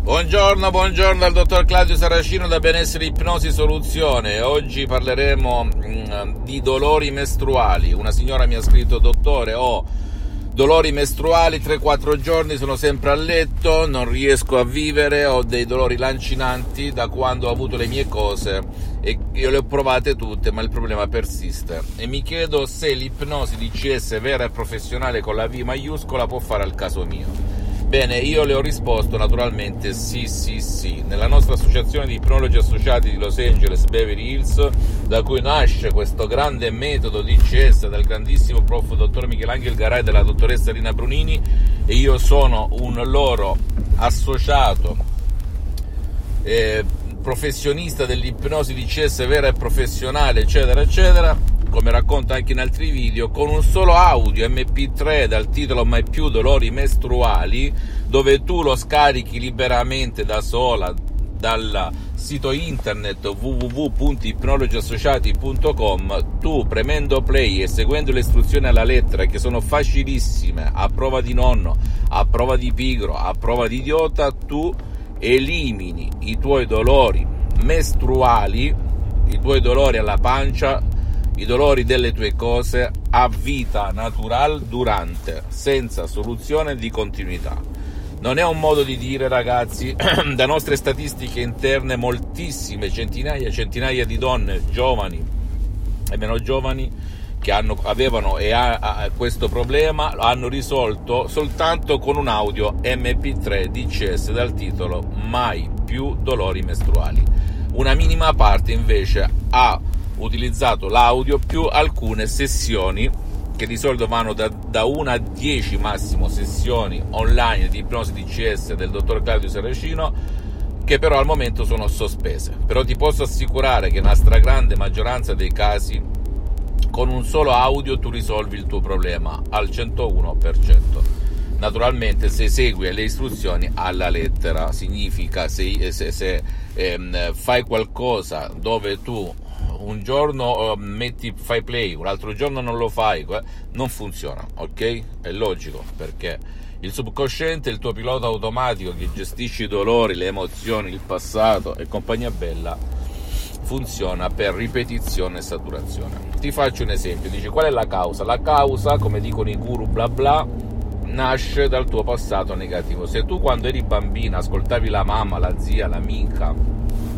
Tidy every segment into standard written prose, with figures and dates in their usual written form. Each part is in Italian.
Buongiorno dal dottor Claudio Saracino da Benessere Ipnosi Soluzione. Oggi parleremo di dolori mestruali. Una signora mi ha scritto: dottore, ho dolori mestruali, 3-4 giorni, sono sempre a letto, non riesco a vivere, ho dei dolori lancinanti da quando ho avuto le mie cose e io le ho provate tutte, ma il problema persiste. E mi chiedo se l'ipnosi DCS vera e professionale con la V maiuscola può fare al caso mio. Bene, io le ho risposto naturalmente sì. Nella nostra associazione di ipnologi associati di Los Angeles Beverly Hills, da cui nasce questo grande metodo DCS del grandissimo prof. Dottor Michelangelo Garay e della dottoressa Rina Brunini, e io sono un loro associato professionista dell'ipnosi DCS vera e professionale, eccetera eccetera, come racconto anche in altri video, con un solo audio MP3 dal titolo Mai più dolori mestruali, dove tu lo scarichi liberamente da sola dal sito internet www.ipnologiassociati.com. tu, premendo play e seguendo le istruzioni alla lettera, che sono facilissime, a prova di nonno, a prova di pigro, a prova di idiota, tu elimini i tuoi dolori mestruali, i tuoi dolori alla pancia, i dolori delle tue cose a vita natural durante, senza soluzione di continuità. Non è un modo di dire, ragazzi. Da nostre statistiche interne, moltissime, centinaia di donne giovani e meno giovani che avevano questo problema hanno risolto soltanto con un audio MP3 DCS dal titolo Mai più dolori mestruali. Una minima parte invece ha utilizzato l'audio più alcune sessioni, che di solito vanno da 1 a 10 massimo sessioni online di ipnosi DCS del dottor Claudio Saracino, che però al momento sono sospese. Però ti posso assicurare che nella stragrande maggioranza dei casi con un solo audio tu risolvi il tuo problema al 101%. Naturalmente se segui le istruzioni alla lettera. Significa se fai qualcosa dove tu un giorno fai play, un altro giorno non lo fai, non funziona, ok? È logico, perché il subconsciente, il tuo pilota automatico che gestisce i dolori, le emozioni, il passato e compagnia bella, funziona per ripetizione e saturazione. Ti faccio un esempio. Dici: qual è la causa? La causa, come dicono i guru bla bla, nasce dal tuo passato negativo. Se tu quando eri bambina ascoltavi la mamma, la zia, l'amica,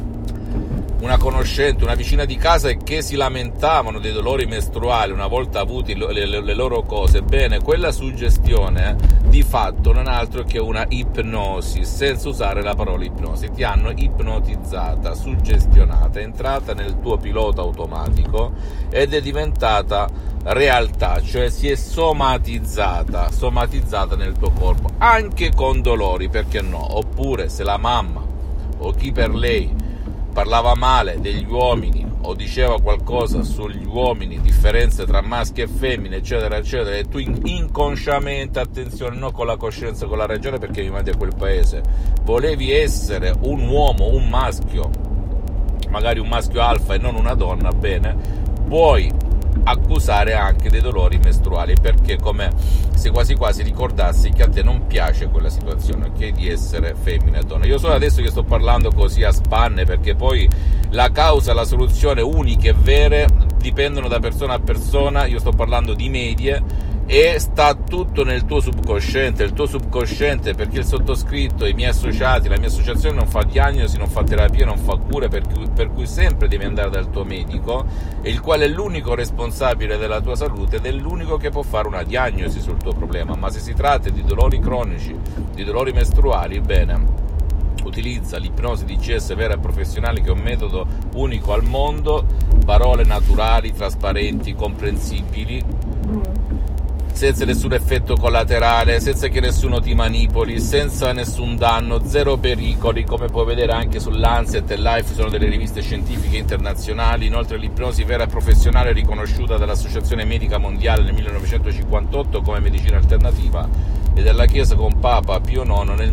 una conoscente, una vicina di casa che si lamentavano dei dolori mestruali una volta avuti le loro cose, bene, quella suggestione di fatto non è altro che una ipnosi, senza usare la parola ipnosi. Ti hanno ipnotizzata, suggestionata, è entrata nel tuo pilota automatico ed è diventata realtà, cioè si è somatizzata nel tuo corpo, anche con dolori, perché no? Oppure se la mamma o chi per lei parlava male degli uomini o diceva qualcosa sugli uomini, differenze tra maschi e femmine, eccetera eccetera, e tu inconsciamente, attenzione, non con la coscienza, con la ragione, perché mi mandi a quel paese, volevi essere un uomo, un maschio, magari un maschio alfa e non una donna, bene, puoi accusare anche dei dolori mestruali, perché come se quasi quasi ricordassi che a te non piace quella situazione, ok, di essere femmina e donna. Io solo adesso che sto parlando così a spanne, perché poi la causa, la soluzione uniche e vere dipendono da persona a persona. Io sto parlando di medie e sta tutto nel tuo subconsciente. Il tuo subconsciente, perché il sottoscritto, i miei associati, la mia associazione non fa diagnosi, non fa terapia, non fa cure, per cui sempre devi andare dal tuo medico, il quale è l'unico responsabile della tua salute ed è l'unico che può fare una diagnosi sul tuo problema. Ma se si tratta di dolori cronici, di dolori mestruali, bene, utilizza l'ipnosi DCS vera e professionale, che è un metodo unico al mondo, parole naturali, trasparenti, comprensibili, senza nessun effetto collaterale, senza che nessuno ti manipoli, senza nessun danno, zero pericoli, come puoi vedere anche sull'Lancet e Life, sono delle riviste scientifiche internazionali. Inoltre l'ipnosi vera e professionale è riconosciuta dall'Associazione Medica Mondiale nel 1958 come medicina alternativa e dalla Chiesa con Papa Pio IX nel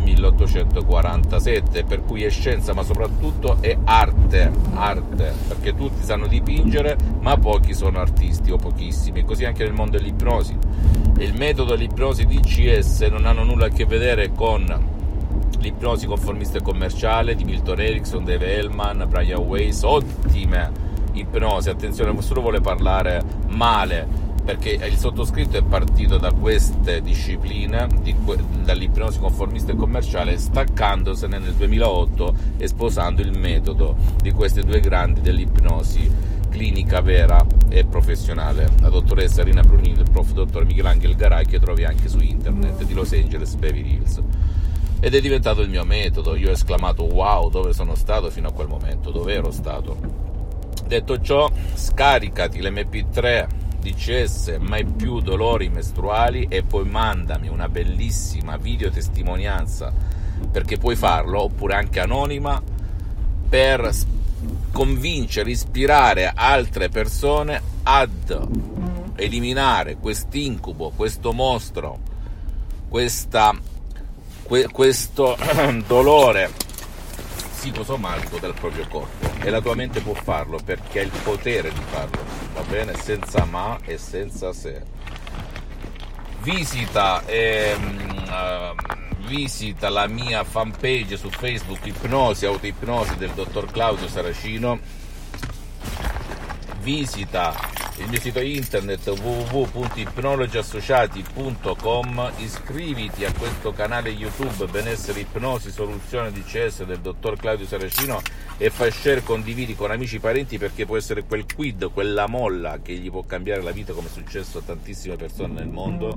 1847, per cui è scienza ma soprattutto è arte, perché tutti sanno dipingere ma pochi sono artisti, o pochissimi, e così anche nel mondo dell'ipnosi. Il metodo dell'ipnosi DCS non hanno nulla a che vedere con l'ipnosi conformista e commerciale di Milton Erickson, Dave Hellman, Brian Weiss, ottime ipnosi. Attenzione, nessuno vuole parlare male, perché il sottoscritto è partito da queste discipline, dall'ipnosi conformista e commerciale, staccandosene nel 2008 e sposando il metodo di queste due grandi dell'ipnosi clinica vera e professionale, la dottoressa Rina Brunini e il prof. Dottor Michelangelo Garay, che trovi anche su internet, di Los Angeles Beverly Hills. Ed è diventato il mio metodo. Io ho esclamato wow, dove sono stato fino a quel momento, dove ero stato. Detto ciò, scaricati l'MP3 DCS mai più dolori mestruali e poi mandami una bellissima videotestimonianza, perché puoi farlo, oppure anche anonima, per convincere, ispirare altre persone ad eliminare quest'incubo, questo mostro, questo dolore psicosomatico del proprio corpo. E la tua mente può farlo, perché ha il potere di farlo, va bene? Senza ma e senza se. Visita la mia fanpage su Facebook, Ipnosi, Autoipnosi del dottor Claudio Saracino. Visita il mio sito internet www.ipnologiassociati.com. iscriviti a questo canale YouTube Benessere Ipnosi Soluzione DCS del dottor Claudio Saracino e fai share, condividi con amici e parenti, perché può essere quel quid, quella molla che gli può cambiare la vita, come è successo a tantissime persone nel mondo.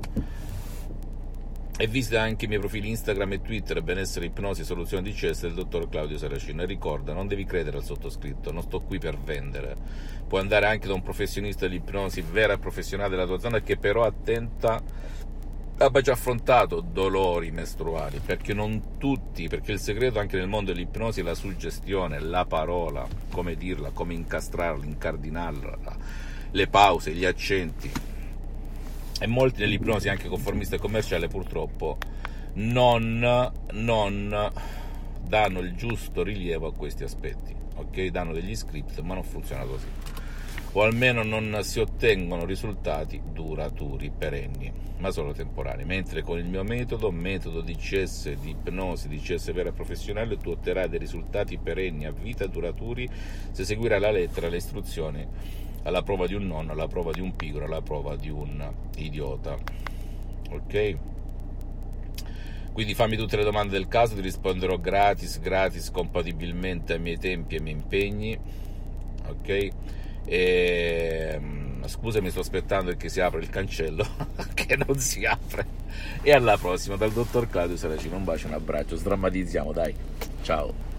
E visita anche i miei profili Instagram e Twitter, Benessere Ipnosi Soluzione DCS del dottor Claudio Saracino. E ricorda, non devi credere al sottoscritto, non sto qui per vendere. Puoi andare anche da un professionista dell'ipnosi vera e professionale della tua zona, che però attenta, abbia già affrontato dolori mestruali, perché non tutti, perché il segreto anche nel mondo dell'ipnosi è la suggestione, la parola, come dirla, come incastrarla, incardinarla, le pause, gli accenti. E molti nell'ipnosi anche conformista e commerciale purtroppo non danno il giusto rilievo a questi aspetti, ok? Danno degli script, ma non funziona così, o almeno non si ottengono risultati duraturi, perenni, ma solo temporanei. Mentre con il mio metodo DCS di ipnosi, DCS vera e professionale, tu otterrai dei risultati perenni a vita, duraturi, se seguirai alla lettera le istruzioni, alla prova di un nonno, alla prova di un pigro, alla prova di un idiota, ok? Quindi fammi tutte le domande del caso, ti risponderò gratis, compatibilmente ai miei tempi e ai miei impegni, ok? Scusami, sto aspettando che si apra il cancello che non si apre. E alla prossima dal dottor Claudio Saracino, un bacio, un abbraccio, sdrammatizziamo, dai, ciao.